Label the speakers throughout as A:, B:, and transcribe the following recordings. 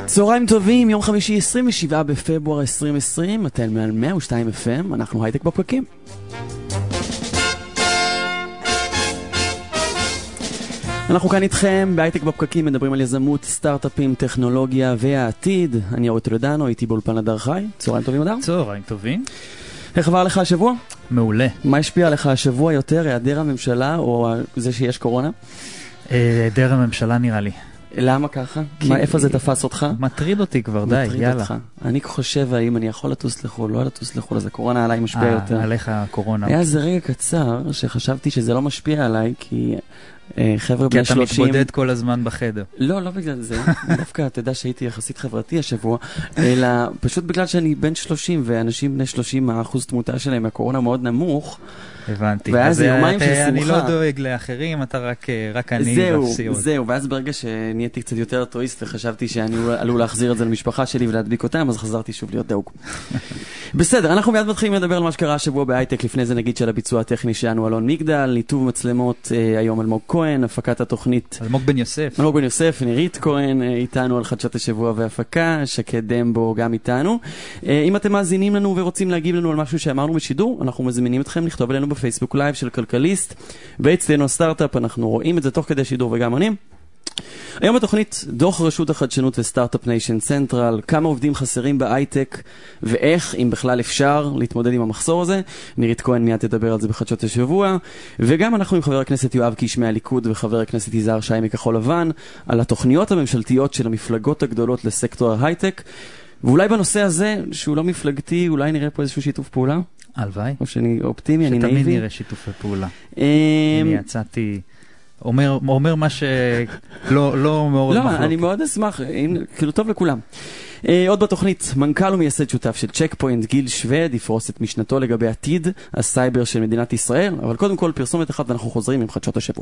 A: צהריים טובים, יום חמישי 27 בפברואר 2020, אתם מעל 102 FM, אנחנו הייטק בפקקים. אנחנו כאן איתכם בהייטק בפקקים, מדברים על יזמות, סטארט-אפים, טכנולוגיה והעתיד. אני אורי טולדנו, איתי באולפן הדר חי. צהריים טובים, אדר.
B: צהריים טובים.
A: איך עבר לך השבוע?
B: מעולה.
A: מה השפיע עליך השבוע יותר, היעדר הממשלה או זה שיש קורונה?
B: היעדר הממשלה נראה לי.
A: למה ככה? איפה זה תפס אותך?
B: מטריד אותי כבר, די, יאללה.
A: אני חושב האם אני יכול לטוס לחול, לא לטוס לחול, אז הקורונה עליי משפיע יותר.
B: עליך הקורונה.
A: היה איזה רגע קצר שחשבתי שזה לא משפיע עליי, כי חבר'ה בני 30...
B: כי אתה מתבודד כל הזמן בחדר.
A: לא, לא בגלל זה. דווקא אתה יודע שהייתי יחסית חברתי השבוע, אלא פשוט בגלל שאני בן 30, ואנשים בני 30, האחוז תמותה שלהם מהקורונה מאוד נמוך.
B: הבנתי.
A: ואז יומיים של שמחה.
B: אני לא דואג לאחרים, אתה רק אני בפסיעות.
A: זהו, ואז ברגע שנהייתי קצת יותר טרואיסט, וחשבתי שאני עלול להחזיר את זה למשפחה שלי ולהדביק אותם, אז חזרתי שוב להיות דאוג. בסדר, אנחנו מיד מתחילים לדבר על מה שקרה השבוע בהייטק, לפני זה נגיד של הביצוע הטכני שלנו, אלון מגדל, ניתוב מצלמות, היום אלמוג כהן, הפקת התוכנית.
B: אלמוג בן יוסף.
A: אלמוג בן יוסף, נירית כהן איתנו על חדשות השבוע והפקה, שקד דמבו גם איתנו. אם אתם מאזינים לנו ורוצים להגיב לנו על משהו שאמרנו בשידור, אנחנו מזמינים אתכם לכתוב אלינו בפייסבוק לייב של כלכליסט, ואצלנו הסטארט-אפ, אנחנו רואים את זה תוך כדי שידור וגם אני. היום בתוכנית דוח רשות החדשנות וסטארט-אפ ניישן סנטרל, כמה עובדים חסרים בהייטק ואיך, אם בכלל אפשר, להתמודד עם המחסור הזה. נירית כהן מיד תדבר על זה בחדשות השבוע, וגם אנחנו עם חבר הכנסת יואב קיש מהליכוד וחבר הכנסת יזהר שי מכחול לבן, על התוכניות הממשלתיות של המפלגות הגדולות לסקטור ההייטק, ואולי בנושא הזה, שהוא לא מפלגתי, אולי נראה פה איזשהו שיתוף פעולה?
B: הלוואי.
A: או שאני אופטימי, אני נאיבי.
B: שתמיד נראה שיתופי פעולה. אני יצאתי... אומר מה שלא מאוד מחלוק.
A: לא, אני מאוד אשמח, כאילו טוב לכולם. עוד בתוכנית, מנכ"ל ומייסד שותף של צ'ק פוינט, גיל שווד, יפרוס את משנתו לגבי עתיד הסייבר של מדינת ישראל, אבל קודם כל פרסומת אחת ואנחנו חוזרים עם חדשות השבוע.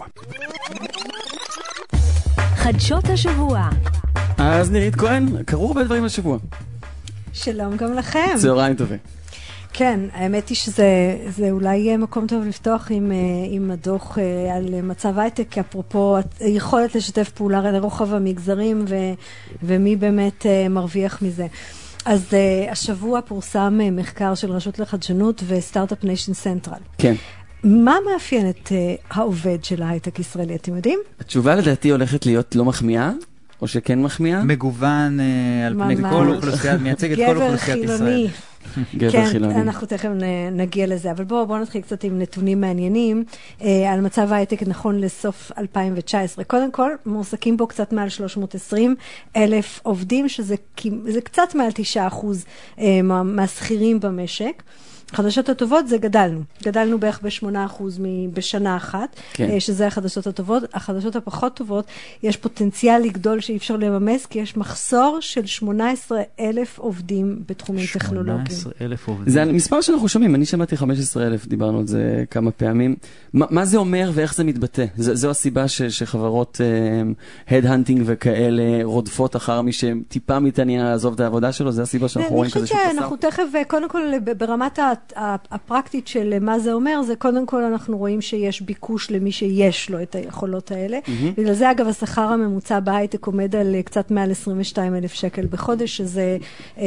C: חדשות השבוע.
A: אז נירית כהן, קרו הרבה דברים השבוע.
D: שלום גם לכם.
A: צהריים טובים.
D: כן, האמת היא שזה אולי מקום טוב לפתוח עם הדוח על מצב הייטק, אפרופו יכולת לשתף פעולה לרוחב המגזרים ומי באמת מרוויח מזה. אז השבוע פורסם מחקר של רשות לחדשנות וסטארט-אפ ניישן סנטרל.
A: כן.
D: מה מאפיין את העובד של ההייטק ישראלי, אתם יודעים?
A: התשובה לדעתי הולכת להיות לא מחמיאה, או שכן מחמיאה?
B: מגוון על פני כל אוכלוסייה, מייצג את כל אוכלוסיית ישראל.
D: כן, אנחנו תכף נגיע לזה, אבל בואו נתחיל קצת עם נתונים מעניינים על מצב ההייטק נכון לסוף 2019. קודם כל, מועסקים בו קצת מעל 320,000 עובדים, שזה קצת מעל 9% מהשכירים במשק. החדשות הטובות זה גדלנו בערך ב8% בשנה אחת, כן. שזה החדשות הטובות. החדשות הפחות טובות, יש פוטנציאל לגדול שאי אפשר לממש, כי יש מחסור של 18,000 עובדים בתחומים טכנולוגיים.
B: 18,000 עובדים.
A: זה מספר שאנחנו שומעים, אני שמעתי 15,000, דיברנו על זה כמה פעמים. מה זה אומר ואיך זה מתבטא? זו הסיבה שחברות הדהנטינג וכאלה רודפות אחר מי שטיפה מתעניין לעזוב את העבודה שלו, זה הסיבה שאנחנו רואים כזה שפסר?
D: אנחנו תכף, קודם כל, ברמת הפרקטית של מה זה אומר, זה קודם כל אנחנו רואים שיש ביקוש למי שיש לו את היכולות האלה. בגלל זה אגב השכר הממוצע בהייטק עומד על קצת מעל 22,000 שקל בחודש, שזה 240%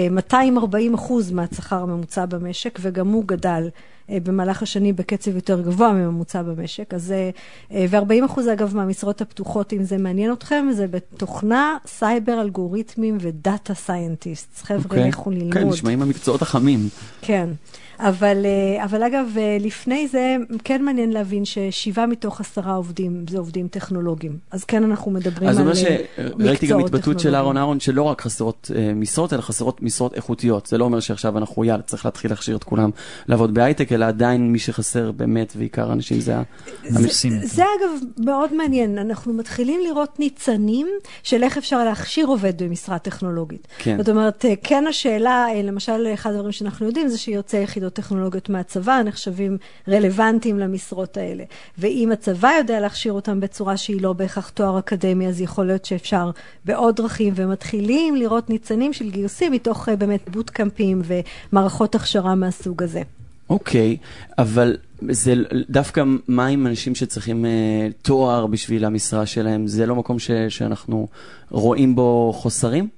D: מהשכר הממוצע במשק, וגם הוא גדל במהלך השני בקצב יותר גבוה מממוצע במשק. אז, ו-40% אגב מהמשרות הפתוחות, אם זה מעניין אתכם, זה בתוכנה, סייבר, אלגוריתמים ודאטה סיינטיסט. חבר'ה, לכו ללמוד.
A: כן, נשמעים המקצועות החמים.
D: כן. אבל אגב, לפני זה כן מעניין להבין ש7 מתוך 10 עובדים זה עובדים טכנולוגיים. אז כן אנחנו מדברים על מקצועות טכנולוגיים. אז
A: ראיתי גם התבטאות של אהרון שלא רק חסרות משרות, אלא חסרות משרות איכותיות. זה לא אומר שעכשיו אנחנו צריך להתחיל להכשיר את כולם לעבוד בהייטק, אלא עדיין מי שחסר באמת ועיקר אנשים זה המשים.
D: זה אגב מאוד מעניין. אנחנו מתחילים לראות ניצנים של איך אפשר להכשיר עובד במשרה טכנולוגית. זאת אומרת, כן השאלה, למשל אחד הדברים שאנחנו יודעים זה שיוצא יחידות טכנולוגיות מהצבא נחשבים רלוונטיים למשרות האלה. ואם הצבא יודע להכשיר אותם בצורה שהיא לא בהכרח תואר אקדמי, אז יכול להיות שאפשר בעוד דרכים, ומתחילים לראות ניצנים של גיוסים מתוך באמת בוטקמפים ומערכות הכשרה מהסוג הזה.
A: אוקיי, אבל זה דווקא מה עם אנשים שצריכים תואר בשביל המשרה שלהם? זה לא מקום שאנחנו רואים בו חוסרים?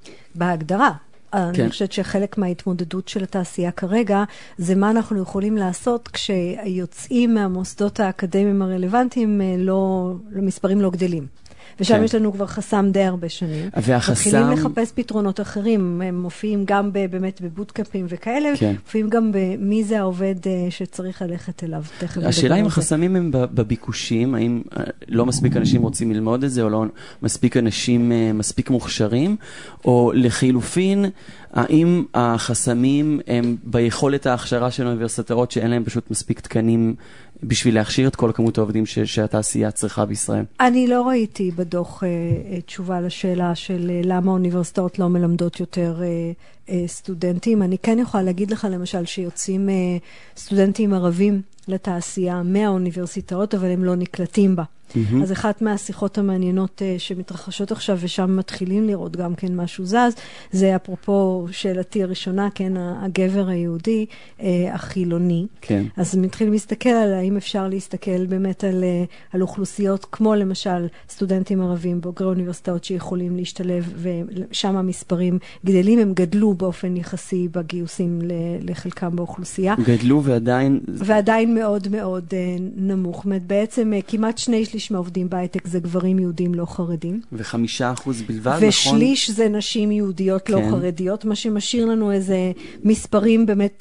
D: בהגדרה. אני חושבת שחלק מההתמודדות של התעשייה כרגע, זה מה אנחנו יכולים לעשות כשיוצאים מהמוסדות האקדמיים הרלוונטיים, למספרים לא גדלים. ושם יש לנו כבר חסם די הרבה שנים. מתחילים לחפש פתרונות אחרים, הם מופיעים גם באמת בבוטקאפים וכאלה, מופיעים גם במי זה העובד שצריך ללכת אליו.
A: השאלה אם החסמים הם בביקושים, האם לא מספיק אנשים רוצים ללמוד את זה, או לא מספיק אנשים מספיק מוכשרים, או לחילופין, האם החסמים הם ביכולת ההכשרה של האוניברסיטאות, שאין להם פשוט מספיק תקנים בשביל להכשיר את כל כמות העובדים שהתעשייה צריכה בישראל?
D: אני לא ראיתי בדוח תשובה לשאלה של למה האוניברסיטאות לא מלמדות יותר סטודנטים. אני כן יכולה להגיד לך למשל שיוצאים סטודנטים ערבים לתעשייה מהאוניברסיטאות, אבל הם לא נקלטים בה. אז אחת מהשיחות המעניינות שמתרחשות עכשיו, ושם מתחילים לראות גם כן משהו זז, זה אפרופו שאלתי הראשונה, כן, הגבר היהודי, החילוני.
A: כן.
D: אז מתחילים להסתכל על האם אפשר להסתכל באמת על אוכלוסיות, כמו למשל סטודנטים ערבים, בוגרי אוניברסיטאות שיכולים להשתלב, ושם המספרים גדלים, הם גדלו באופן יחסי בגיוסים לחלקם באוכלוסייה.
A: גדלו ועדיין...
D: ועדיין מאוד מאוד נמוך. זאת אומרת, בעצם כמעט 2/3 מהעובדים בהייטק זה גברים יהודים לא חרדים.
A: 5% בלבד, נכון?
D: ושליש זה נשים יהודיות לא חרדיות, מה שמשאיר לנו איזה מספרים באמת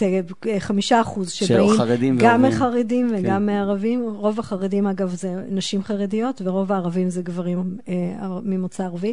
D: 5% שבאים גם מחרדים וגם מערבים. רוב החרדים אגב זה נשים חרדיות, ורוב הערבים זה גברים ממוצא ערבי.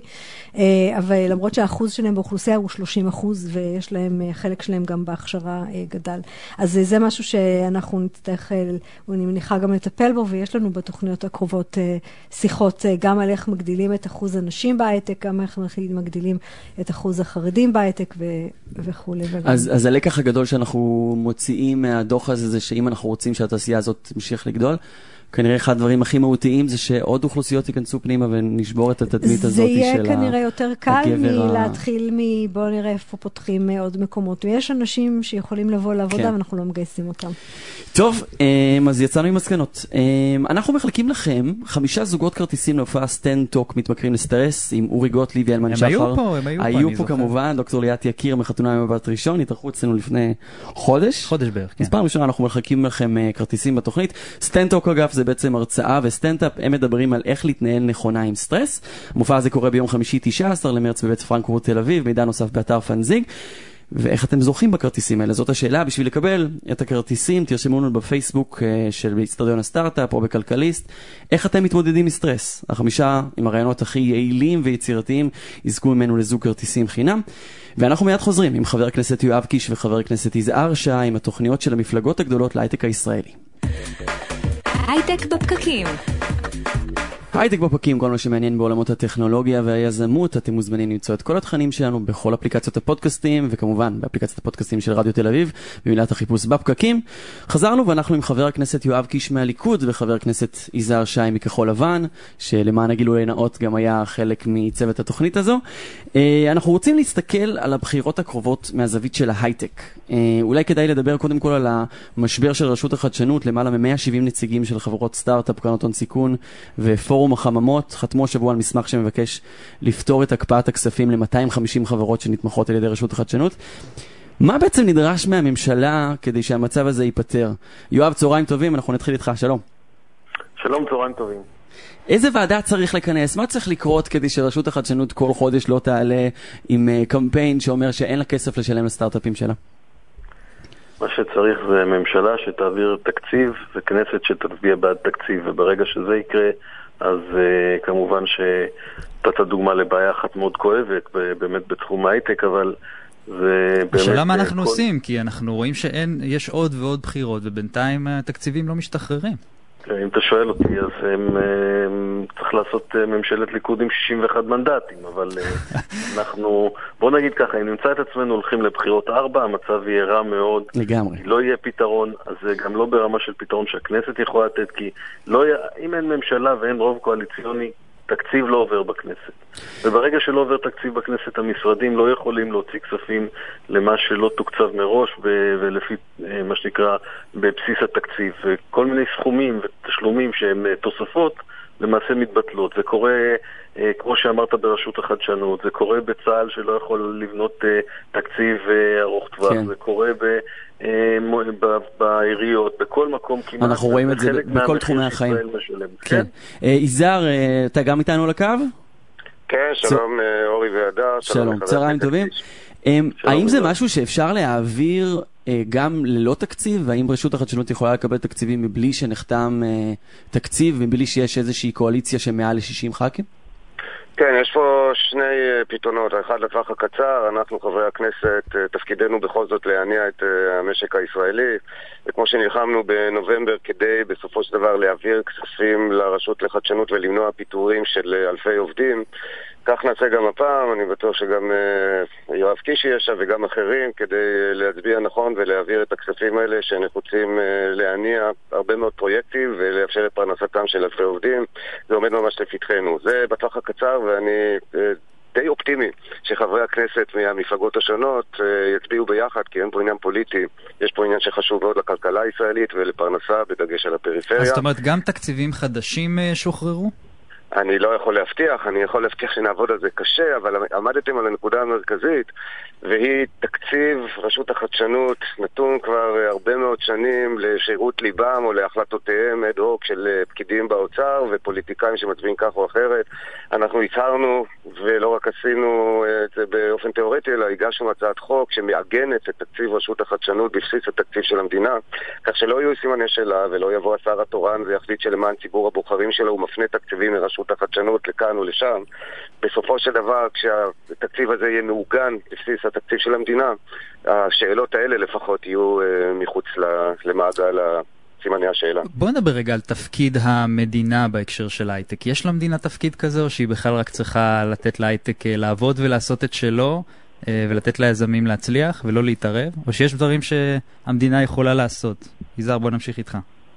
D: אבל למרות שהאחוז שלהם באוכלוסייה הוא 30%, ויש להם, חלק שלהם גם בהכשרה גדל. אז זה משהו שאנחנו נצטרך, אני מניחה גם לטפל בו, ויש לנו בתוכניות הקרובות שיחות גם על איך מגדילים את אחוז הנשים בהייטק, גם איך מגדילים את אחוז החרדים בהייטק וכו'.
A: אז הלקח הגדול שאנחנו מוציאים מהדוח הזה, זה שאם אנחנו רוצים שהתעשייה הזאת תמשיך לגדול, כנראה אחד הדברים הכי מהותיים זה שעוד אוכלוסיות ייכנסו פנימה ונשבור את התדמית הזאת של הגבר.
D: זה יהיה כנראה יותר קל מלהתחיל בוא נראה איפה פותחים עוד מקומות. ויש אנשים שיכולים לבוא לעבודה ואנחנו לא מגייסים אותם.
A: טוב, אז יצאנו עם מסקנות. אנחנו מחלקים לכם 5 זוגות כרטיסים להופעה סטנד-טוק מתמכרים לסטרס עם אורי גוטליב ואלמן שחר.
B: הם
A: היו פה כמובן, דוקטור ליאת יקיר מחתונה ממבט ראשון, התארחו אצלנו לפני חודש.
B: חודש בערך, כן.
A: אז פעם ראשונה אנחנו מחלקים לכם כרטיסים בתוכנית. סטנד-טוק אגב זה בעצם הרצאה וסטנד-אפ, הם מדברים על איך להתנהל נכונה עם סטרס. המופע הזה קורה ביום חמישי 19 למרץ בבית פרנקפורט תל אביב, מידע נוסף באתר פנזיג. ואיך אתם זוכים בכרטיסים האלה? זאת השאלה. בשביל לקבל את הכרטיסים, תרשמו לנו בפייסבוק של אצטדיון הסטארט-אפ או בכלכליסט. איך אתם מתמודדים מסטרס? 5 עם הרעיונות הכי יעילים ויצירתיים יזכו ממנו לזוג כרטיסים חינם. ואנחנו מיד חוזרים עם חבר הכנסת יואב קיש וחבר הכנסת יזהר שי עם התוכניות של המפלגות הגדולות להייטק הישראלי.
C: הייטק בפקקים.
A: הייטק בפקקים, כל מה שמעניין בעולמות הטכנולוגיה והיזמות. אתם מוזמנים למצוא את כל התכנים שלנו בכל אפליקציות הפודקאסטים, וכמובן באפליקציית הפודקאסטים של רדיו תל אביב, במילת החיפוש בפקקים. חזרנו ואנחנו עם חבר הכנסת יואב קיש מהליכוד, וחבר הכנסת יזהר שי מכחול לבן, שלמען הגילוי נאות גם היה חלק מצוות התוכנית הזו. אנחנו רוצים להסתכל על הבחירות הקרובות מהזווית של ההייטק. אולי כדאי לדבר קודם כל על המשבר של רשות החדשנות, למעלה מ-170 נציגים של חברות סטארט-אפ, קרנות הון סיכון ופורום החממות חתמו השבוע על מסמך שמבקש לפתור את הקפאת הכספים ל-250 חברות שנתמכות על ידי רשות החדשנות. מה בעצם נדרש מהממשלה כדי שהמצב הזה ייפטר? יואב, צהריים טובים, אנחנו נתחיל איתך, שלום.
E: שלום, צהריים טובים.
A: איזה ועדה צריך לכנס? מה צריך לקרות כדי שרשות החדשנות כל חודש לא תעלה עם קמפיין שאומר שאין לה כסף לשלם לסטארט-אפים שלה?
E: מה שצריך זה ממשלה שתעביר תקציב וכנסת שתצביע בעד תקציב, וברגע שזה יקרה, אז כמובן שתת דוגמה לבעיה אחת מאוד כואבת, באמת בתחום ההייטק, אבל זה באמת...
B: השאלה מה אנחנו עושים, כי אנחנו רואים שיש עוד ועוד בחירות, ובינתיים התקציבים לא משתחררים.
E: אם אתה שואל אותי, אז צריך לעשות ממשלת ליכוד עם 61 מנדטים, אבל אנחנו, בוא נגיד ככה, אם נמצא את עצמנו הולכים לבחירות 4, המצב יהיה רע מאוד.
A: לגמרי.
E: לא יהיה פתרון, אז זה גם לא ברמה של פתרון שהכנסת יכולה לתת, כי אם אין ממשלה ואין רוב קואליציוני, תקציב לא עובר בכנסת. וברגע שלא עובר תקציב בכנסת, המשרדים לא יכולים להוציא כספים למה שלא תוקצב מראש, ולפי מה שנקרא בבסיס התקציב. וכל מיני סכומים ותשלומים שהם תוספות, למעשה מתבטלות. זה קורה, כמו שאמרת, ברשות החדשנות, זה קורה בצה"ל שלא יכול לבנות תקציב ארוך טווח, זה קורה בעיריות, בכל מקום כמעט.
A: אנחנו רואים את זה בכל תחומי החיים. כן. יזהר, אתה גם איתנו על הקו?
F: כן, שלום אורי והדר.
A: שלום, צהריים טובים. האם זה משהו שאפשר להעביר גם ללא תקציב? והאם רשות החדשנות יכולה לקבל תקציבים מבלי שנחתם תקציב ומבלי שיש איזושהי קואליציה שמעל ל-60 ח"כים?
F: כן, יש פה שני פתרונות. האחד לטווח הקצר, אנחנו חברי הכנסת, תפקידנו בכל זאת להניע את המשק הישראלי, וכמו שנלחמנו בנובמבר כדי בסופו של דבר להעביר כספים לרשות לחדשנות ולמנוע פיטורים של אלפי עובדים, כך נעשה גם הפעם. אני בטוח שגם יואב קיש יש שם וגם אחרים, כדי להצביע נכון ולהעביר את הכספים האלה שנחוצים להניע הרבה מאוד פרויקטים ולאפשר את פרנסתם של אלפי עובדים. זה עומד ממש לפתחנו. זה בטווח הקצר, ואני די אופטימי שחברי הכנסת מהמפלגות השונות יצביעו ביחד, כי אין פה עניין פוליטי, יש פה עניין שחשוב מאוד לכלכלה הישראלית ולפרנסה בדגש על הפריפריה.
B: אז זאת אומרת, גם תקציבים חדשים שוחררו?
F: אני לא יכול להבטיח, אני יכול להבטיח שנעבוד על זה קשה, אבל עמדתם על הנקודה המרכזית, והיא תקציב רשות החדשנות נתון כבר הרבה מאוד שנים לשירות ליבם או להחלטותיהם אד הוק של פקידים באוצר ופוליטיקאים שמצביעים כך או אחרת. אנחנו הצהרנו, ולא רק עשינו את זה באופן תיאורטי, אלא הגשנו הצעת חוק שמעגנת את תקציב רשות החדשנות בבסיס התקציב של המדינה, כך שלא יהיו סימני שאלה ולא יבוא השר התורן ויחליט שלמען ציבור הבוחרים שלו הוא מפנה תקציבים מרשות החדשנות לכאן ולשם. בסופו של דבר, כשהתקציב הזה יהיה מעוגן בבסיס התקציב של המדינה, השאלות האלה לפחות יהיו מחוץ למעגל סימני השאלה.
B: בוא נדבר רגע על תפקיד המדינה בהקשר של הייטק. יש למדינה תפקיד כזה, או שהיא בכלל רק צריכה לתת להייטק לעבוד ולעשות את שלו, ולתת ליזמים להצליח ולא להתערב? או שיש דברים שהמדינה יכולה לעשות? יזהר, בוא נמשיך איתך.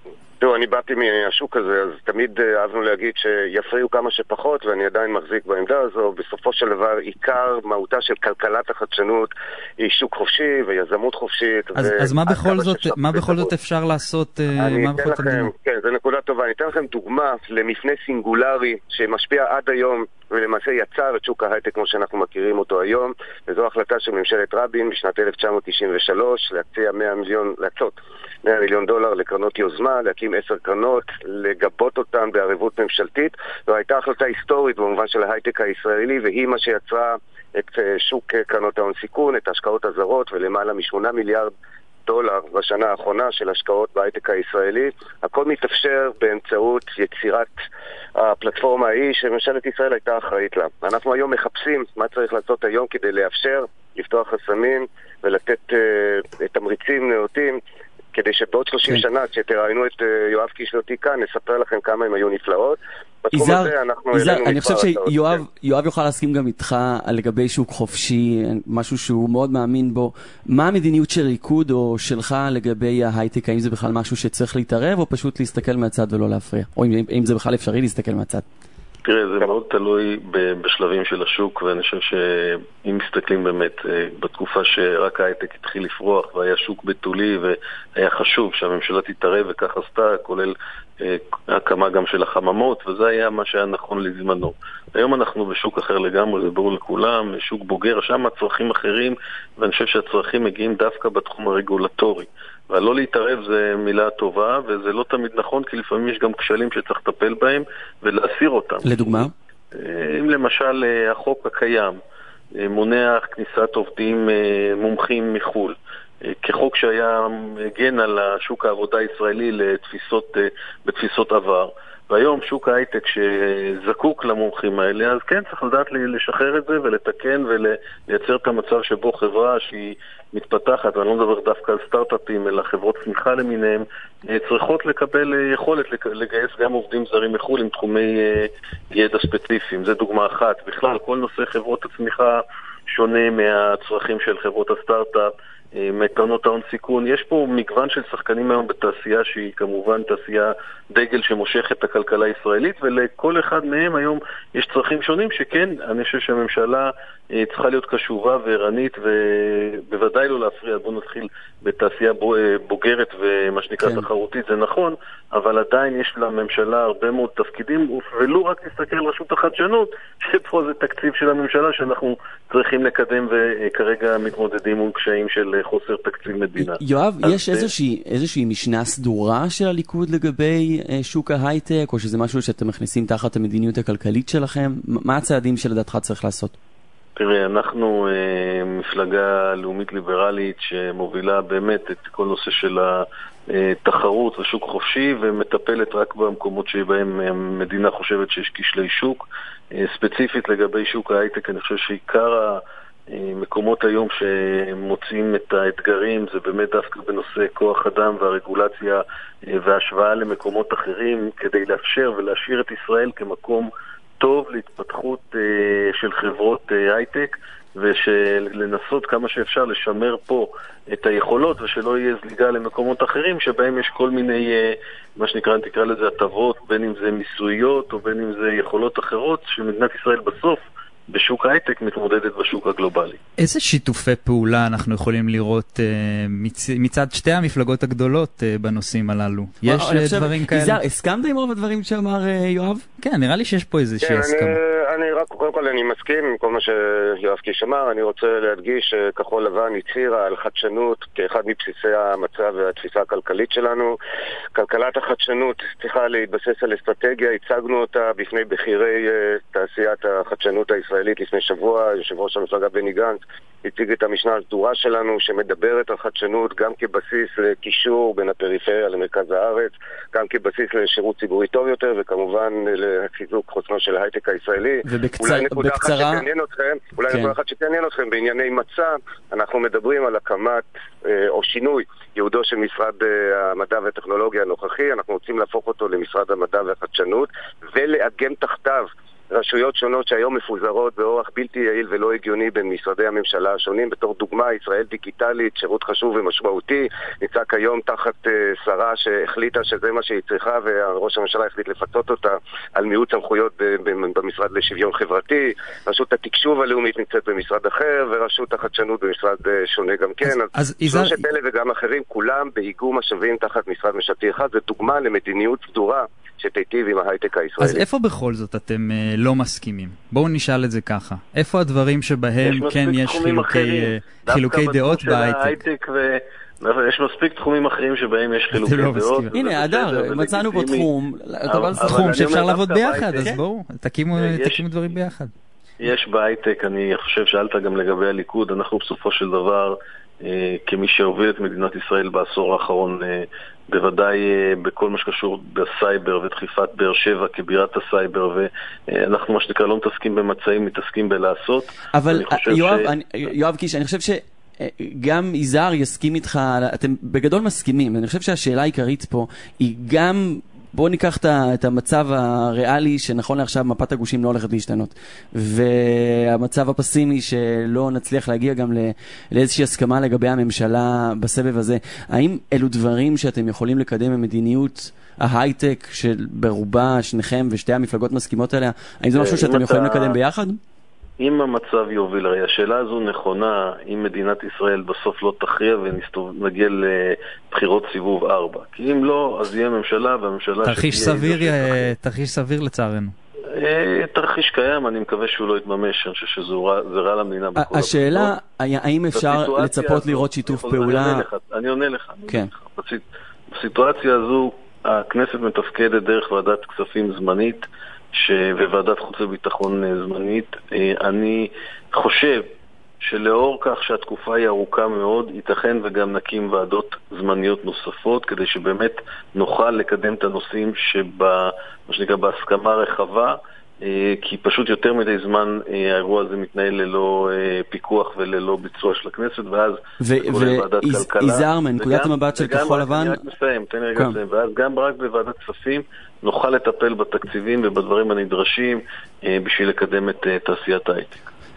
F: אני באתי מהשוק הזה, אז תמיד אהבנו להגיד שיפריעו כמה שפחות, ואני עדיין מחזיק בעמדה הזו. בסופו של דבר, עיקר מהותה של כלכלת החדשנות היא שוק חופשי ויזמות חופשית.
B: אז מה בכל זאת אפשר לעשות?
F: אני אתן לכם, כן, זו נקודה טובה. אני אתן לכם דוגמה למפנה סינגולרי שמשפיע עד היום, ולמעשה יצר את שוק ההייטק כמו שאנחנו מכירים אותו היום, וזו החלטה של ממשלת רבין בשנת 1993 להקצות $100 מיליון לקרנות יוזמה, להקים 10 קרנות, לגבות אותן בערבות ממשלתית. זו הייתה החלטה היסטורית במובן של ההייטק הישראלי, והיא מה שיצרה את שוק קרנות ההון סיכון, את ההשקעות הזרות, ולמעלה $8 מיליארד בשנה האחרונה של השקעות בהייטק הישראלי. הכל מתאפשר באמצעות יצירת הפלטפורמה ההיא שממשלת ישראל הייתה אחראית לה. אנחנו היום מחפשים מה צריך לעשות היום כדי לאפשר, לפתוח חסמים ולתת תמריצים נאותים, כדי שבעוד 30 שנה, כשתראיינו את יואב קיש ואותי כאן, נספר לכם כמה הם היו נפלאות.
A: יזהר, אני חושב שיואב יוכל להסכים גם איתך לגבי שוק חופשי, משהו שהוא מאוד מאמין בו. מה המדיניות של ריקוד או שלך לגבי ההייטק? האם זה בכלל משהו שצריך להתערב, או פשוט להסתכל מהצד ולא להפריע? או אם זה בכלל אפשרי להסתכל מהצד?
E: תראה, זה מאוד תלוי בשלבים של השוק, ואני חושב שאם מסתכלים באמת בתקופה שרק ההייטק התחיל לפרוח והיה שוק בתולי והיה חשוב שהממשלה תתערב וכך עשתה, כולל הקמה גם של החממות, וזה היה מה שהיה נכון לזמנו. היום אנחנו בשוק אחר לגמרי, זה ברור לכולם, שוק בוגר, שם הצרכים אחרים, ואני חושב שהצרכים מגיעים דווקא בתחום הרגולטורי. ולא להתערב זה מילה טובה, וזה לא תמיד נכון, כי לפעמים יש גם כשלים שצריך לטפל בהם ולהסיר אותם.
A: לדוגמה?
E: אם למשל החוק הקיים מונע כניסת עובדים מומחים מחול, כחוק שהיה גן על שוק העבודה הישראלי בתפיסות עבר, והיום שוק ההייטק שזקוק למומחים האלה, אז כן, צריך לדעת לשחרר את זה ולתקן ולייצר את המצב שבו חברה שהיא מתפתחת, ואני לא מדבר דווקא על סטארט-אפים, אלא חברות צמיחה למיניהם, צריכות לקבל יכולת לגייס גם עובדים זרים מחול עם תחומי ידע ספציפיים. זה דוגמה אחת. בכלל, כל נושא חברות הצמיחה שונה מהצרכים של חברות הסטארט-אפ. מקרנות ההון סיכון. יש פה מגוון של שחקנים היום בתעשייה שהיא כמובן תעשייה דגל שמושך את הכלכלה הישראלית, ולכל אחד מהם היום יש צרכים שונים שכן, אני חושב שהממשלה צריכה להיות קשובה וערנית ובוודאי לא להפריע. בוא נתחיל בתעשייה בוגרת ומה שנקרא תחרותית, זה נכון, אבל עדיין יש לממשלה הרבה מאוד תפקידים, ולא רק להסתכל על רשות החדשנות, שפה זה תקציב של הממשלה שאנחנו צריכים לקדם וכרגע מתמודדים מול קשיים של חוסר תקציב מדינה.
A: יואב, יש איזושהי משנה סדורה של הליכוד לגבי שוק ההייטק, או שזה משהו שאתם מכניסים תחת המדיניות הכלכלית שלכם? מה הצעדים שלדעתך צריך לעשות?
E: תראה, אנחנו מפלגה לאומית ליברלית שמובילה באמת את כל נושא של התחרות ושוק חופשי, ומטפלת רק במקומות שבהם המדינה חושבת שיש כשלי שוק. ספציפית לגבי שוק ההייטק, אני חושב שעיקר המקומות היום שמוצאים את האתגרים זה באמת דווקא בנושא כוח אדם והרגולציה וההשוואה למקומות אחרים, כדי לאפשר ולהשאיר את ישראל כמקום טוב להתפתחות של חברות הייטק, ושלנסות כמה שאפשר לשמר פה את היכולות, ושלא יהיה זליגה למקומות אחרים שבהם יש כל מיני, מה שנקרא, תקרא לזה הטבות, בין אם זה מיסויות או בין אם זה יכולות אחרות, שמדינת ישראל בסוף בשוק ההייטק מתמודדת בשוק הגלובלי.
B: איזה שיתופי פעולה אנחנו יכולים לראות מצד שתי המפלגות הגדולות בנושאים הללו? יש דברים כאלה?
A: יזהר, הסכמת עם רוב הדברים שאמר יואב?
B: כן, נראה לי שיש פה איזושהי הסכמה.
F: אני רק, קודם כל אני מסכים עם כל מה שיואב קיש אמר. אני רוצה להדגיש שכחול לבן הצהירה על חדשנות כאחד מבסיסי המצב והתפיסה הכלכלית שלנו. כלכלת החדשנות צריכה להתבסס על אסטרטגיה, הצגנו אותה בפני בכירי תעשיית החדשנות הישראלית לפני שבוע. יושב ראש המפלגה בני גנץ הציג את המשנה הסדורה שלנו שמדברת על חדשנות גם כבסיס לקישור בין הפריפריה למרכז הארץ, גם כבסיס לשירות ציבורי טוב יותר, וכמובן לחיזוק חוסנו של ההייטק הישראלי.
A: ובקצרה,
F: אולי נקודה אחת שתעניין אתכם בענייני מצע, אנחנו מדברים על הקמת או שינוי ייעודו של משרד המדע והטכנולוגיה הנוכחי. אנחנו רוצים להפוך אותו למשרד המדע והחדשנות ולאגם תחתיו רשויות שונות שהיום מפוזרות באורח בלתי יעיל ולא הגיוני בין משרדי הממשלה השונים. בתור דוגמה, ישראל דיגיטלית, שירות חשוב ומשמעותי, נמצא כיום תחת שרה שהחליטה שזה מה שהיא צריכה, וראש הממשלה החליט לפצות אותה על מיעוט סמכויות במשרד לשוויון חברתי. רשות התקשוב הלאומית נמצאת במשרד אחר, ורשות החדשנות במשרד שונה גם כן. אז שלושת אלה וגם אחרים, כולם באיגום משאבים תחת משרד ממשלתי אחד. זה דוגמה למדיניות סדורה שתיטיב עם ההייטק הישראלי. אז
B: איפה בכל זאת אתם לא מסכימים? בואו נשאל את זה ככה. איפה הדברים שבהם כן יש חילוקי דעות בהייטק?
E: יש מספיק תחומים אחרים שבהם יש חילוקי דעות.
A: הנה, אדר, מצאנו פה
B: תחום שאפשר לעבוד ביחד, אז בואו, תקימו דברים ביחד.
E: יש בהייטק, אני חושב שאלת גם לגבי הליכוד, אנחנו בסופו של דבר, כמי שהוביל את מדינת ישראל בעשור האחרון, בוודאי בכל מה שקשור בסייבר ודחיפת באר שבע כבירת הסייבר, ואנחנו מה שנקרא לא מתעסקים במצעים, מתעסקים בלעשות.
A: אבל יואב קיש, אני חושב שגם יזהר יסכים איתך, אתם בגדול מסכימים. אני חושב שהשאלה העיקרית פה היא גם, בואו ניקח את המצב הריאלי שנכון לעכשיו מפת הגושים לא הולכת להשתנות, והמצב הפסימי שלא נצליח להגיע גם לאיזושהי הסכמה לגבי הממשלה בסבב הזה. האם אלו דברים שאתם יכולים לקדם במדיניות ההייטק שברובה שניכם ושתי המפלגות מסכימות עליה? האם זה משהו שאתם יכולים לקדם ביחד?
E: אם המצב יוביל, הרי השאלה הזו נכונה, אם מדינת ישראל בסוף לא תכריע ונגיע לבחירות סיבוב 4. כי אם לא, אז יהיה ממשלה, והממשלה...
B: תרחיש סביר לצערנו.
E: תרחיש קיים, אני מקווה שהוא לא יתממש, אני חושב שזה רע למדינה בכל
A: השאלה, האם אפשר לצפות לראות שיתוף פעולה?
E: אני עונה לך. בסיטואציה הזו, הכנסת מתפקדת דרך ועדת כספים זמנית, וועדת חוץ וביטחון זמנית. אני חושב שלאור כך שהתקופה היא ארוכה מאוד, ייתכן וגם נקים ועדות זמניות נוספות, כדי שבאמת נוכל לקדם את הנושאים מה שנקרא בהסכמה רחבה, כי פשוט יותר מדי זמן האירוע הזה מתנהל ללא פיקוח וללא ביצוע של הכנסת, ואז
A: ויזהר מנקודת המבט של כחול לבן,
E: ואז גם רק בוועדת כספים נוכל לטפל בתקציבים ובדברים הנדרשים בשביל לקדם את תעשיית ההייטק.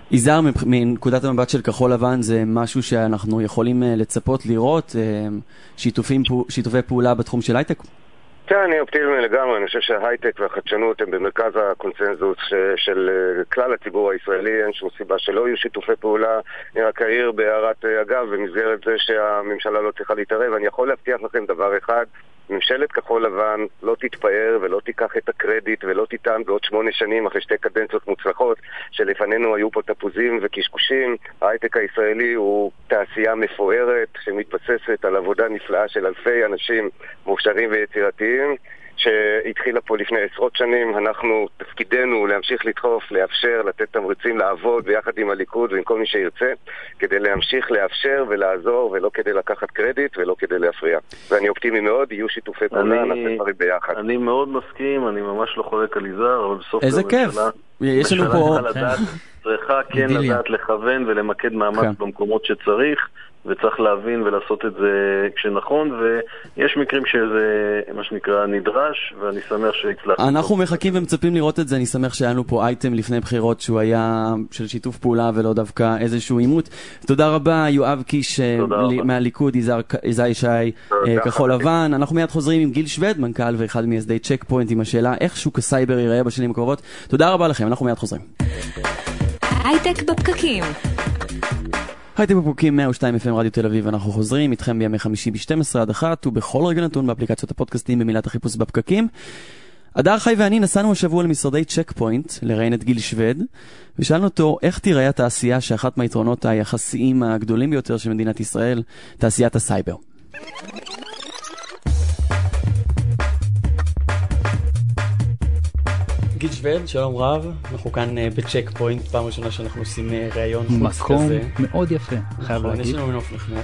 A: יזהר, מנקודת המבט של כחול לבן זה משהו שאנחנו יכולים לצפות לראות, שיתופי פעולה בתחום של הייטק?
F: כן, אני אופטימי לגמרי. אני חושב שההייטק והחדשנות הם במרכז הקונצנזוס של כלל הציבור הישראלי. אין שום סיבה שלא יהיו שיתופי פעולה. אני רק אעיר בהערת אגב, במסגרת זה שהממשלה לא צריכה להתערב. אני יכול להבטיח לכם דבר אחד, ממשלת כחול לבן לא תתפאר ולא תיקח את הקרדיט ולא תיתן בעוד 8 שנים אחרי 2 קדנציות מוצלחות שלפנינו היו פה תפוזים וקשקושים. ההייטק הישראלי הוא תעשייה מפוארת שמתבססת על עבודה נפלאה של אלפי אנשים מוכשרים ויצירתיים שהתחילה פה לפני עשרות שנים. אנחנו, תפקידנו להמשיך לדחוף, לאפשר, לתת תמריצים לעבוד ביחד עם הליכוד ועם כל מי שירצה, כדי להמשיך לאפשר ולעזור, ולא כדי לקחת קרדיט ולא כדי להפריע. ואני אופטימי מאוד, יהיו שיתופי פעולה, נעשה דברים ביחד.
E: אני מאוד מסכים, אני ממש לא חולק על יזהר, אבל בסוף
A: איזה כיף. יש לנו פה
E: צריכה כן לדעת לכוון ולמקד מאמץ במקומות שצריך, וצריך להבין ולעשות את זה כשנכון, ויש מקרים שזה מה שנקרא נדרש, ואני שמח שהצלחנו.
A: אנחנו מחכים ומצפים לראות את זה. אני שמח שהיה לנו פה אייטם לפני בחירות שהוא היה של שיתוף פעולה ולא דווקא איזשהו עימות. תודה רבה יואב קיש מהליכוד, יזהר שי כחול לבן. אנחנו מיד חוזרים עם גיל שווד, מנכ"ל ואחד מייסדי צ'ק פוינט, עם השאלה איך שוק הסייבר ייראה בשנים הקרובות. תודה רבה לכם, אנחנו מיד חוזרים.
C: הייטק בפקקים.
A: הייטק בפקקים 102 FM רדיו תל אביב. אנחנו חוזרים איתכם בימי חמישי ב-12 עד 1 ובכל רגע נתון באפליקציות הפודקאסטים במילת החיפוש בפקקים. אדר חי ואני נסענו השבוע למשרדי צ'ק פוינט לראיין את גיל שווד ושאלנו אותו איך תיראה התעשייה שאחת מהיתרונות היחסיים הגדולים ביותר של מדינת ישראל, תעשיית הסייבר. גיל שווד, שלום רב, אנחנו כאן בצ'ק פוינט, פעם ראשונה שאנחנו עושים ראיון חוץ כזה.
B: מקום מאוד יפה, חייב להגיד.
A: יש לנו מנוף נחמד.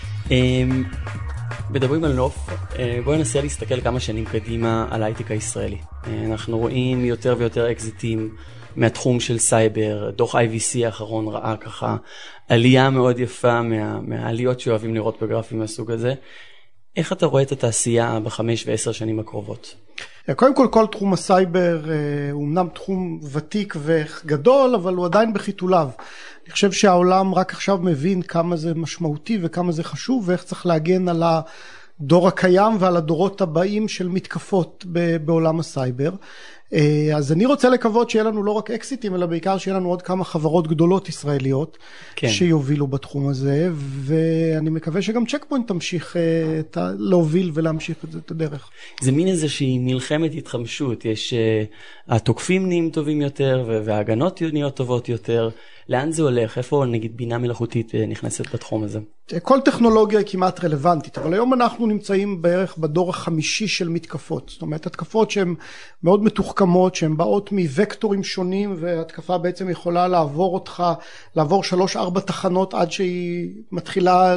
A: מדברים על נוף, בואו ננסה להסתכל כמה שנים קדימה על ההייטק הישראלי. אנחנו רואים יותר ויותר אקזיטים מהתחום של סייבר, דוח IVC האחרון ראה ככה עלייה מאוד יפה מהעליות שאוהבים לראות בגרפים מהסוג הזה. איך אתה רואה את התעשייה ב5 ו10 שנים הקרובות?
G: קודם כל תחום הסייבר הוא אמנם תחום ותיק וגדול, אבל הוא עדיין בחיתוליו. אני חושב שהעולם רק עכשיו מבין כמה זה משמעותי וכמה זה חשוב, ואיך צריך להגן על הדור הקיים ועל הדורות הבאים של מתקפות בעולם הסייבר. אז אני רוצה לקוות שיהיה לנו לא רק אקסיטים, אלא בעיקר שיהיה לנו עוד כמה חברות גדולות ישראליות שיובילו בתחום הזה, ואני מקווה שגם צ'ק פוינט תמשיך להוביל ולהמשיך את הדרך.
A: זה מין איזושהי מלחמת התחמשות, יש התוקפים נהיים טובים יותר וההגנות נהיות טובות יותר. לאן זה הולך? איפה נגיד בינה מלאכותית נכנסת בתחום הזה?
G: כל טכנולוגיה היא כמעט רלוונטית, אבל היום אנחנו נמצאים בערך בדור החמישי של מתקפות. זאת אומרת, התקפות שהן מאוד מתוחכמות, שהן באות מווקטורים שונים, והתקפה בעצם יכולה לעבור 3-4 תחנות עד שהיא מתחילה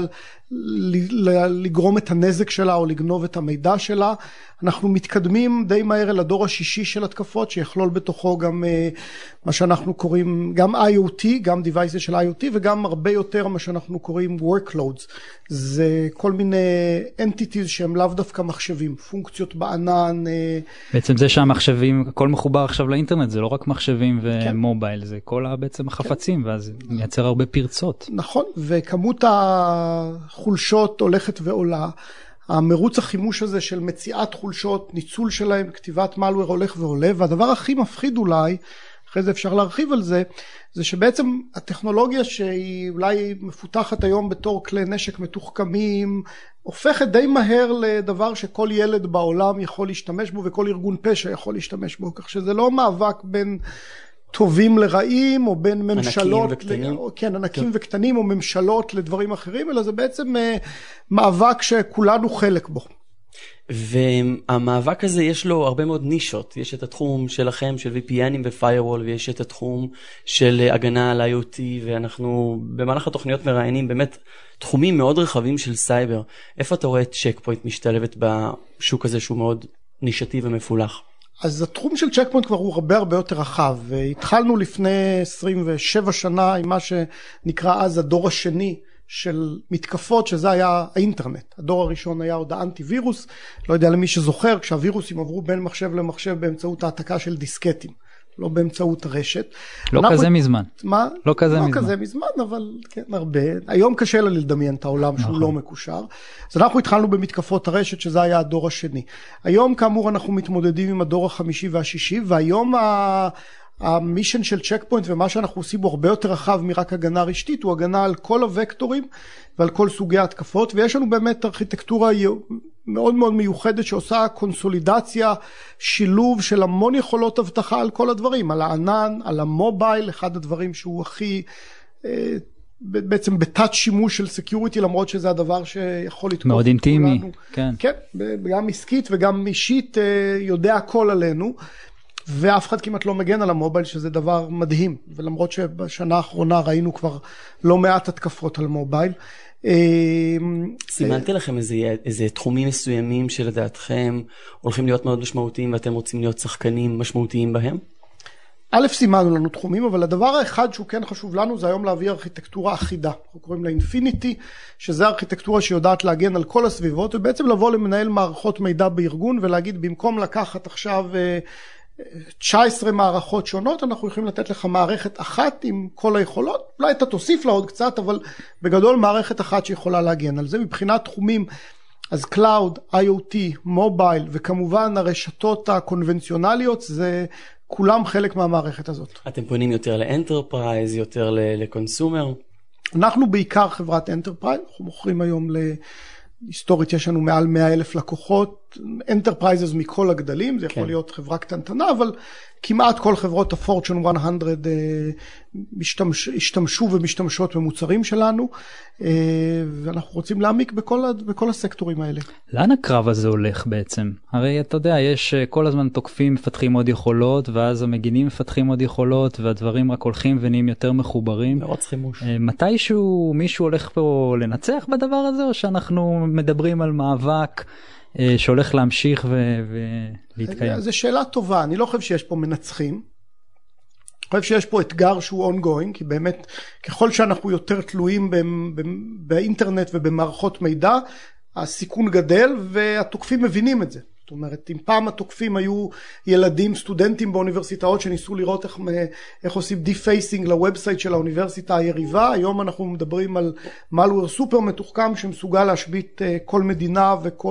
G: לגרום את הנזק שלה או לגנוב את המידע שלה. אנחנו מתקדמים די מהר אל הדור השישי של התקפות, שיכלול בתוכו גם מה שאנחנו קוראים גם IoT, גם devices של IoT, וגם הרבה יותר מה שאנחנו קוראים workloads. זה כל מיני entities שהם לאו דווקא מחשבים, פונקציות בענן.
B: בעצם זה שהמחשבים, הכל מחובר עכשיו לאינטרנט, זה לא רק מחשבים ומובייל, זה כל בעצם החפצים, ואז מייצר הרבה פרצות.
G: נכון, וכמות החולשות הולכת ועולה. המרוץ החימוש הזה של מציאת חולשות, ניצול שלהם, כתיבת מלוור הולך ועולה, והדבר הכי מפחיד אולי, אחרי זה אפשר להרחיב על זה, זה שבעצם הטכנולוגיה שהיא אולי מפותחת היום בתור כלי נשק מתוחכמים, הופכת די מהר לדבר שכל ילד בעולם יכול להשתמש בו, וכל ארגון פשע יכול להשתמש בו, כך שזה לא מאבק בין טובים לרעים, או בין ממשלות, ענקים וקטנים, או ממשלות לדברים אחרים, אלא זה בעצם מאבק שכולנו חלק בו.
A: והמאבק הזה יש לו הרבה מאוד נישות. יש את התחום שלכם, של VPNים ו-Firewall, ויש את התחום של הגנה על IoT, ואנחנו במהלך התוכניות מראיינים באמת תחומים מאוד רחבים של סייבר. איפה אתה רואה את צ'ק פוינט משתלבת בשוק הזה שהוא מאוד נישתי ומפולח?
G: אז התחום של צ'ק פוינט כבר הוא הרבה יותר רחב. התחלנו לפני 27 שנה עם מה שנקרא אז הדור השני של מתקפות, שזה היה האינטרנט. הדור הראשון היה עוד האנטי-וירוס, לא יודע למי שזוכר, כשהווירוסים עברו בין מחשב למחשב באמצעות העתקה של דיסקטים. לא באמצעות הרשת.
B: לא כזה מזמן.
G: מה?
B: לא כזה מזמן.
G: לא כזה מזמן, אבל כן, הרבה. היום קשה לה לדמיין את העולם שהוא לא מקושר. אז אנחנו התחלנו במתקפות הרשת, שזה היה הדור השני. היום, כאמור, אנחנו מתמודדים עם הדור החמישי והשישי, והיום המישן של צ'ק פוינט ומה שאנחנו עושים הוא הרבה יותר רחב מרק הגנה רשתית, הוא הגנה על כל הוקטורים ועל כל סוגי התקפות, ויש לנו באמת ארכיטקטורה מאוד מאוד מיוחדת שעושה קונסולידציה, שילוב של המון יכולות הבטחה על כל הדברים, על הענן, על המובייל, אחד הדברים שהוא הכי בעצם בתת שימוש של סקיוריטי, למרות שזה הדבר שיכול לתקוף
B: מאוד אינטימי,
G: כן. כן, גם עסקית וגם אישית יודע הכל עלינו, ואף אחד כמעט לא מגן על המובייל, שזה דבר מדהים, ולמרות שבשנה האחרונה ראינו כבר לא מעט התקפות על מובייל.
A: סימנתי לכם איזה תחומים מסוימים שלדעתכם הולכים להיות מאוד משמעותיים, ואתם רוצים להיות שחקנים משמעותיים בהם?
G: א', סימנו לנו תחומים, אבל הדבר האחד שהוא כן חשוב לנו, זה היום להביא ארכיטקטורה אחידה. אנחנו קוראים לה אינפיניטי, שזה ארכיטקטורה שיודעת להגן על כל הסביבות, ובעצם לבוא למנהל מערכות מידע בארגון, ולהגיד, במקום לקחת עכשיו 19 מערכות שונות, אנחנו יכולים לתת לך מערכת אחת עם כל היכולות, אולי אתה תוסיף לה עוד קצת, אבל בגדול מערכת אחת שיכולה להגן על זה. מבחינת תחומים, אז קלאוד, IoT, מובייל, וכמובן הרשתות הקונבנציונליות, זה כולם חלק מהמערכת הזאת.
A: אתם פונים יותר לאנטרפרייז, יותר לקונסומר?
G: אנחנו בעיקר חברת אנטרפרייז, אנחנו מוכרים היום היסטורית יש לנו מעל 100,000 לקוחות, אנטרפרייזס מכל הגדלים, זה יכול להיות חברה קטנטנה, אבל כמעט כל חברות הפורצ'ן 100 השתמשו ומשתמשות במוצרים שלנו, ואנחנו רוצים להעמיק בכל הסקטורים האלה.
B: לאן הקרב הזה הולך בעצם? הרי אתה יודע, יש כל הזמן תוקפים מפתחים עוד יכולות, ואז המגינים מפתחים עוד יכולות, והדברים רק הולכים ונהיים יותר מחוברים.
A: מאוד חימוש.
B: מתישהו מישהו הולך פה לנצח בדבר הזה, או שאנחנו מדברים על מאבק שהולך להמשיך ולהתקיים?
G: זו שאלה טובה, אני לא חושב שיש פה מנצחים. אני חושב שיש פה אתגר שהוא ongoing, כי באמת ככל שאנחנו יותר תלויים באינטרנט ובמערכות מידע, הסיכון גדל והתוקפים מבינים את זה. זאת אומרת, אם פעם התוקפים היו ילדים, סטודנטים באוניברסיטאות שניסו לראות איך עושים דיפייסינג לוובסייט של האוניברסיטה היריבה, היום אנחנו מדברים על מלוור סופר מתוחכם שמסוגל להשבית כל מדינה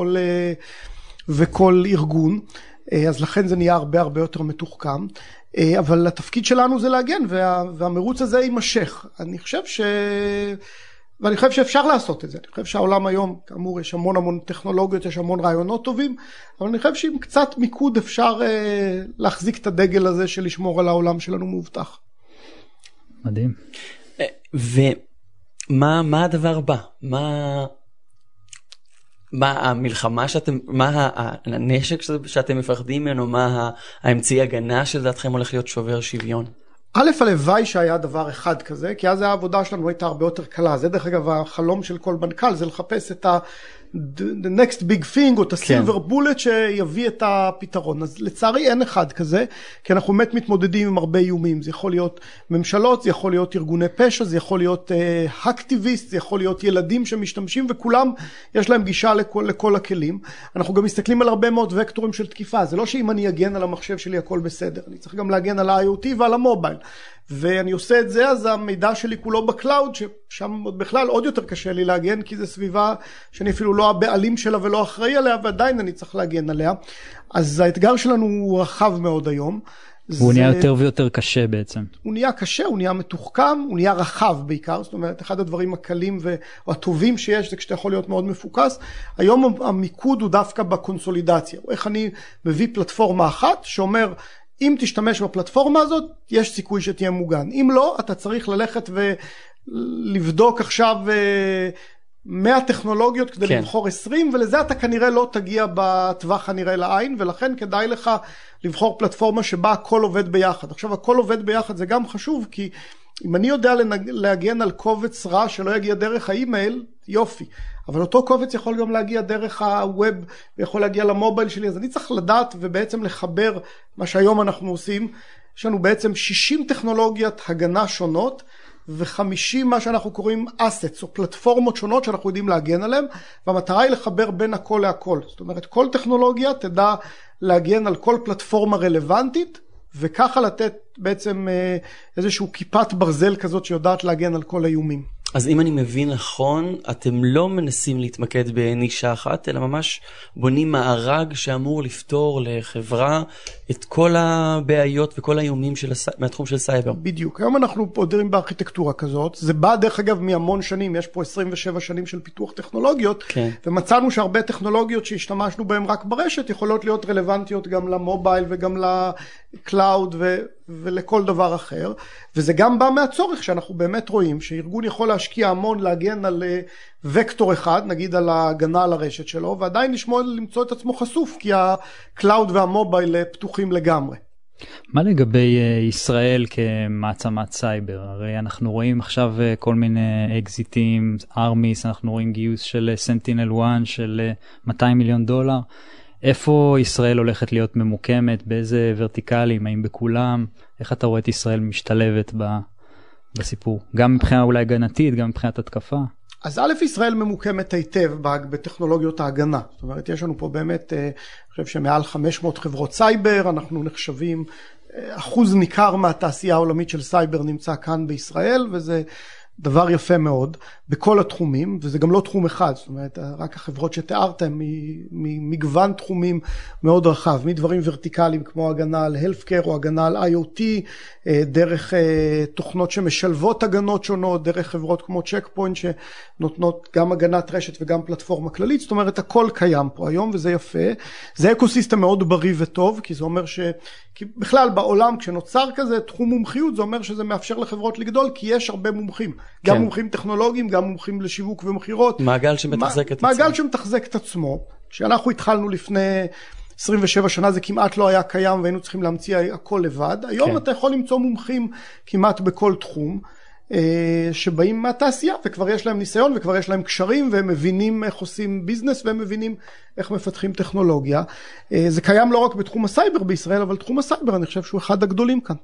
G: וכל ארגון, אז לכן זה נהיה הרבה יותר מתוחכם, אבל התפקיד שלנו זה להגן, והמרוץ הזה יימשך. ואני חושב שאפשר לעשות את זה. אני חושב שהעולם היום, כאמור, יש המון טכנולוגיות, יש המון רעיונות טובים, אבל אני חושב שעם קצת מיקוד אפשר להחזיק את הדגל הזה של לשמור על העולם שלנו מובטח.
B: מדהים.
A: ומה הדבר הבא? מה המלחמה מה הנשק שאתם מפחדים ממנו? מה האמצעי הגנה שלדעתכם הולך להיות שובר שוויון?
G: א', הלוואי שהיה דבר אחד כזה, כי אז העבודה שלנו הייתה הרבה יותר קלה. זה דרך אגב החלום של כל מנכ"ל, זה לחפש את the next big thing, או את הסילבר בולט שיביא את הפתרון. אז לצערי אין אחד כזה, כי אנחנו באמת מתמודדים עם הרבה איומים. זה יכול להיות ממשלות, זה יכול להיות ארגוני פשע, זה יכול להיות אקטיביסט, זה יכול להיות ילדים שמשתמשים, וכולם יש להם גישה לכל הכלים. אנחנו גם מסתכלים על הרבה מאוד וקטורים של תקיפה. זה לא שאם אני אגן על המחשב שלי הכל בסדר. אני צריך גם להגן על ה-IoT ועל המובייל. ואני עושה את זה, אז המידע שלי כולו בקלאוד, ששם בכלל עוד יותר קשה לי להגן, כי זו סביבה שאני אפילו לא הבעלים שלה ולא אחראי עליה, ועדיין אני צריך להגן עליה. אז האתגר שלנו הוא רחב מאוד היום.
B: הוא נהיה יותר ויותר קשה בעצם.
G: הוא נהיה קשה, הוא נהיה מתוחכם, הוא נהיה רחב בעיקר. זאת אומרת, אחד הדברים הקלים והטובים שיש, זה כשאתה יכול להיות מאוד מפוקס. היום המיקוד הוא דווקא בקונסולידציה. איך אני מביא פלטפורמה אחת שאומר, אם תשתמש בפלטפורמה הזאת, יש סיכוי שתהיה מוגן. אם לא, אתה צריך ללכת ולבדוק עכשיו 100 טכנולוגיות כדי לבחור 20, ולזה אתה כנראה לא תגיע בטווח הנראה לעין, ולכן כדאי לך לבחור פלטפורמה שבה הכל עובד ביחד. עכשיו, הכל עובד ביחד זה גם חשוב, כי אם אני יודע להגן על קובץ רע שלא יגיע דרך האימייל, יופי. אבל אותו קובץ יכול גם להגיע דרך הווב, ויכול להגיע למובייל שלי, אז אני צריך לדעת ובעצם לחבר מה שהיום אנחנו עושים. יש לנו בעצם 60 טכנולוגיות הגנה שונות, ו50 מה שאנחנו קוראים assets, או פלטפורמות שונות שאנחנו יודעים להגן עליהן, והמטרה היא לחבר בין הכל להכל. זאת אומרת, כל טכנולוגיה תדע להגן על כל פלטפורמה רלוונטית, וככה לתת בעצם איזשהו כיפת ברזל כזאת שיודעת להגן על כל האיומים.
A: אז אם אני מבין נכון, אתם לא מנסים להתמקד בנישה אחת, אלא ממש בונים מארג שאמור לפתור לחברה את כל הבעיות וכל האיומים מהתחום של סייבר.
G: בדיוק. היום אנחנו פודרים בארכיטקטורה כזאת. זה בא דרך אגב מהמון שנים, יש פה 27 שנים של פיתוח טכנולוגיות,
A: כן.
G: ומצאנו שהרבה טכנולוגיות שהשתמשנו בהן רק ברשת, יכולות להיות רלוונטיות גם למובייל וגם לקלאוד ולכל דבר אחר. וזה גם בא מהצורך שאנחנו באמת רואים, שארגון יכול להשקיע המון להגן על וקטור אחד, נגיד על ההגנה על הרשת שלו, ועדיין למצוא את עצמו חשוף, כי הקלאוד והמובייל פתוחים לגמרי.
B: מה לגבי ישראל כמעצמת סייבר? הרי אנחנו רואים עכשיו כל מיני אקזיטים, ארמיס, אנחנו רואים גיוס של סנטינל 1 של $200 מיליון. איפה ישראל הולכת להיות ממוקמת? באיזה ורטיקלים? האם בכולם? איך אתה רואה את ישראל משתלבת בסיפור? גם מבחינה אולי הגנתית, גם מבחינת התקפה?
G: אז א', ישראל ממוקמת היטב בטכנולוגיות ההגנה. זאת אומרת, יש לנו פה באמת, אני חושב שמעל 500 חברות סייבר, אנחנו נחשבים, אחוז ניכר מהתעשייה העולמית של סייבר נמצא כאן בישראל, וזה דבר יפה מאוד בכל התחומים, וזה גם לא תחום אחד, זאת אומרת, רק החברות שתיארתם ממגוון תחומים מאוד רחב, מדברים ורטיקליים כמו הגנה על healthcare או הגנה על IoT, דרך תוכנות שמשלבות הגנות שונות, דרך חברות כמו צ'קפוינט שנותנות גם הגנת רשת וגם פלטפורמה כללית, זאת אומרת, הכל קיים פה היום וזה יפה. זה אקוסיסטם מאוד בריא וטוב, כי זה אומר כי בכלל בעולם כשנוצר כזה תחום מומחיות, זה אומר שזה מאפשר לחברות לגדול, כי יש הרבה מומחים. גם מומחים טכנולוגיים, גם מומחים לשיווק ומחירות.
A: מעגל שמתחזק את עצמו.
G: מעגל שמתחזק את עצמו. כשאנחנו התחלנו לפני 27 שנה זה כמעט לא היה קיים והיינו צריכים להמציא הכל לבד. היום אתה יכול למצוא מומחים כמעט בכל תחום שבאים מהתעשייה וכבר יש להם ניסיון וכבר יש להם קשרים והם מבינים איך עושים ביזנס והם מבינים איך מפתחים טכנולוגיה. זה קיים לא רק בתחום הסייבר בישראל, אבל תחום הסייבר אני חושב שהוא אחד הגדולים כאן.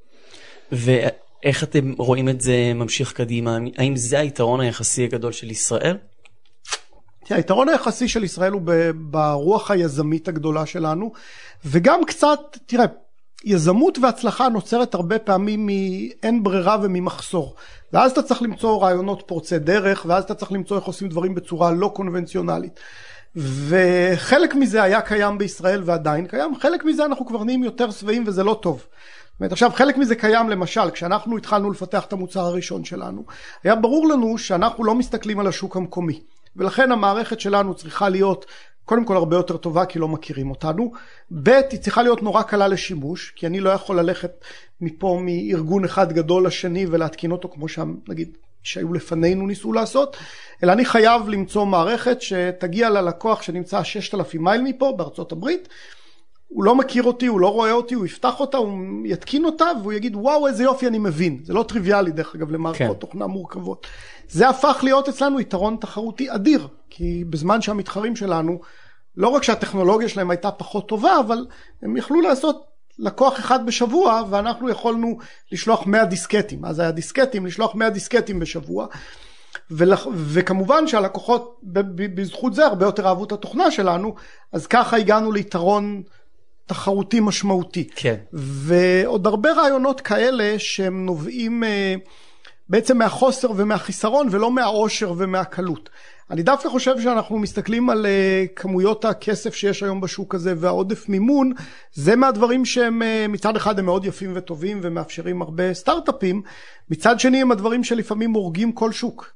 A: איך אתם רואים את זה ממשיך קדימה? האם זה היתרון היחסי הגדול של ישראל?
G: היתרון היחסי של ישראל הוא ברוח היזמית הגדולה שלנו, וגם קצת, תראה, יזמות והצלחה נוצרת הרבה פעמים מאין ברירה וממחסור. ואז אתה צריך למצוא רעיונות פורצי דרך, ואז אתה צריך למצוא איך עושים דברים בצורה לא קונבנציונלית. וחלק מזה היה קיים בישראל ועדיין קיים, חלק מזה אנחנו כבר נהיים יותר שבעים וזה לא טוב. עכשיו חלק מזה קיים למשל, כשאנחנו התחלנו לפתח את המוצר הראשון שלנו, היה ברור לנו שאנחנו לא מסתכלים על השוק המקומי, ולכן המערכת שלנו צריכה להיות קודם כל הרבה יותר טובה כי לא מכירים אותנו, ב' היא צריכה להיות נורא קלה לשימוש, כי אני לא יכול ללכת מפה מארגון אחד גדול לשני ולהתקין אותו כמו נגיד שהיו לפנינו ניסו לעשות, אלא אני חייב למצוא מערכת שתגיע ללקוח שנמצא 6,000 מייל מפה בארצות הברית, הוא לא מכיר אותי, הוא לא רואה אותי, הוא יפתח אותה, הוא יתקין אותה, והוא יגיד, וואו, איזה יופי, אני מבין. זה לא טריוויאלי, דרך אגב, למערכות תוכנה מורכבות. זה הפך להיות אצלנו יתרון תחרותי אדיר, כי בזמן שהמתחרים שלנו, לא רק שהטכנולוגיה שלהם הייתה פחות טובה, אבל הם יכלו לעשות לקוח אחד בשבוע, ואנחנו יכולנו לשלוח 100 דיסקטים. אז היה דיסקטים, לשלוח 100 דיסקטים בשבוע, וכמובן שהלקוחות בזכות זה הרבה יותר אהבו את התוכנה שלנו, אז ככה הגענו ליתרון תחרותי משמעותי.
A: כן.
G: ועוד הרבה רעיונות כאלה שהם נובעים בעצם מהחוסר ומהחיסרון ולא מהעושר ומהקלות. אני דווקא חושב שאנחנו מסתכלים על כמויות הכסף שיש היום בשוק הזה והעודף מימון, זה מהדברים שהם מצד אחד הם מאוד יפים וטובים ומאפשרים הרבה סטארט-אפים, מצד שני הם הדברים שלפעמים הורגים כל שוק.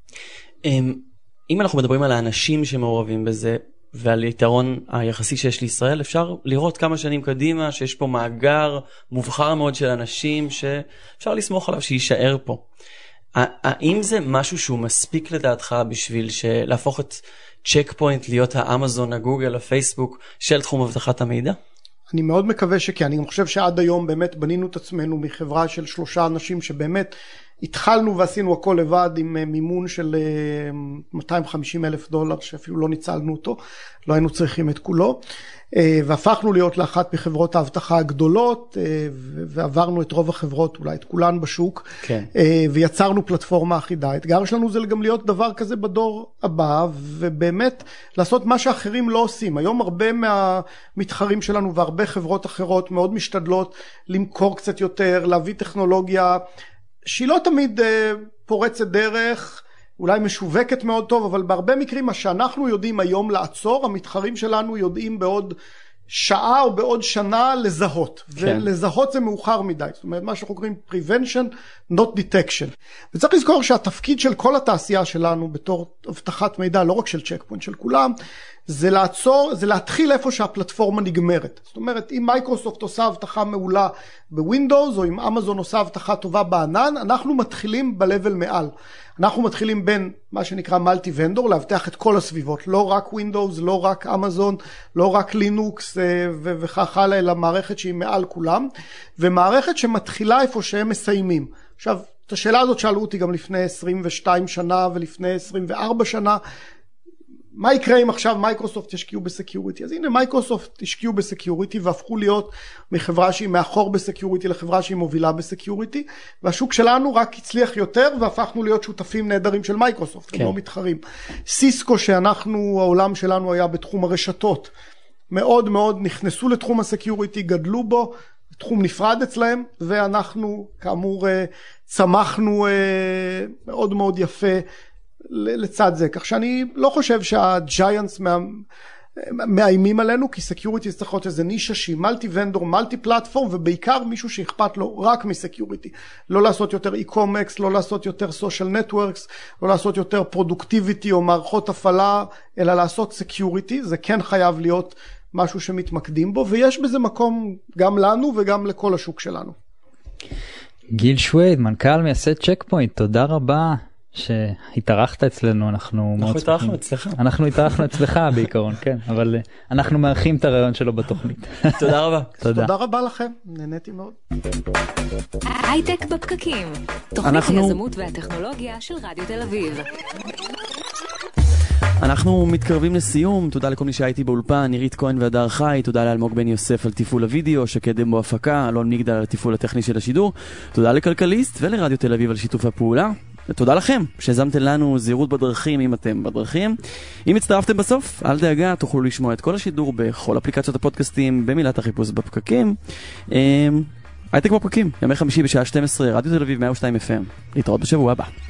A: אם אנחנו מדברים על האנשים שמעורבים בזה ועל יתרון היחסי שיש לישראל, אפשר לראות כמה שנים קדימה שיש פה מאגר מובחר מאוד של אנשים שאפשר לסמוך עליו שיישאר פה. האם זה משהו שהוא מספיק לדעתך בשביל להפוך את צ'קפוינט להיות האמזון, הגוגל, הפייסבוק של תחום אבטחת המידע?
G: אני מאוד מקווה שכן, אני חושב שעד היום באמת בנינו את עצמנו מחברה של 3 אנשים שבאמת התחלנו ועשינו הכל לבד עם מימון של $250,000, שאפילו לא ניצלנו אותו, לא היינו צריכים את כולו, והפכנו להיות לאחת מחברות האבטחה הגדולות, ועברנו את רוב החברות, אולי את כולן בשוק, כן. ויצרנו פלטפורמה אחידה. האתגר שלנו זה גם להיות דבר כזה בדור הבא, ובאמת לעשות מה שאחרים לא עושים. היום הרבה מהמתחרים שלנו והרבה חברות אחרות מאוד משתדלות למכור קצת יותר, להביא טכנולוגיה שהיא לא תמיד פורצת דרך, אולי משווקת מאוד טוב, אבל בהרבה מקרים מה שאנחנו יודעים היום לעצור, המתחרים שלנו יודעים בעוד שעה או בעוד שנה לזהות. כן. ולזהות זה מאוחר מדי. זאת אומרת, מה שאנחנו קוראים prevention, not detection. וצריך לזכור שהתפקיד של כל התעשייה שלנו בתור הבטחת מידע, לא רק של צ'ק פוינט, של כולם, זה לעצור, זה להתחיל איפה שהפלטפורמה נגמרת. זאת אומרת, אם מייקרוסופט עושה הבטחה מעולה בווינדוס, או אם אמזון עושה הבטחה טובה בענן, אנחנו מתחילים ב-level מעל. אנחנו מתחילים בין מה שנקרא מולטי ונדור, להבטח את כל הסביבות, לא רק ווינדוס, לא רק אמזון, לא רק לינוקס וכך הלאה, אלא מערכת שהיא מעל כולם, ומערכת שמתחילה איפה שהם מסיימים. עכשיו, את השאלה הזאת שאלו אותי גם לפני 22 שנה ולפני 24 שנה, מה יקרה אם עכשיו מייקרוסופט ישקיעו בסקיוריטי? אז הנה מייקרוסופט השקיעו בסקיוריטי והפכו להיות מחברה שהיא מאחור בסקיוריטי לחברה שהיא מובילה בסקיוריטי, והשוק שלנו רק הצליח יותר והפכנו להיות שותפים נהדרים של מייקרוסופט, כן. לא מתחרים. סיסקו שאנחנו, העולם שלנו היה בתחום הרשתות, מאוד מאוד נכנסו לתחום הסקיוריטי, גדלו בו, תחום נפרד אצלהם, ואנחנו כאמור צמחנו מאוד מאוד יפה לצד זה, כך שאני לא חושב שהג'יינטס מאיימים עלינו, כי סקיוריטי צריך להיות איזה נישה שהיא מלטי ונדור, מלטי פלטפורם, ובעיקר מישהו שאכפת לו רק מסקיוריטי. לא לעשות יותר אי-קומקס, לא לעשות יותר סושיאל נטוורקס, לא לעשות יותר פרודוקטיביטי או מערכות הפעלה, אלא לעשות סקיוריטי. זה כן חייב להיות משהו שמתמקדים בו, ויש בזה מקום גם לנו וגם לכל השוק שלנו.
B: גיל שווייד, מנכ"ל מייסד צ'ק פוינט, תודה רבה. שהתארחת אצלנו, אנחנו
A: התארחנו אצלך.
B: אנחנו התארחנו אצלך בעיקרון, כן, אבל אנחנו מארחים את הרעיון שלו בתוכנית.
A: תודה רבה.
G: תודה רבה לכם, נהניתי מאוד.
C: הייטק בפקקים, תוכנית היזמות והטכנולוגיה של רדיו תל אביב.
A: אנחנו מתקרבים לסיום, תודה לכל מי שהייתי באולפן, נירית כהן והדר חי, תודה לאלמוג בן יוסף על טיפול הוידאו, שקדם בו הפקה, אלון מגדל על הטיפול הטכני של השידור, תודה לכלכליסט ולרדיו תל אביב על שיתוף הפעולה. ותודה לכם שהזמתם לנו זהירות בדרכים אם אתם בדרכים. אם הצטרפתם בסוף, אל דאגה, תוכלו לשמוע את כל השידור בכל אפליקציות הפודקאסטים במילת החיפוש בפקקים. הייטק בפקקים, ימי חמישי בשעה 12, רדיו תל אביב 102 FM. להתראות בשבוע הבא.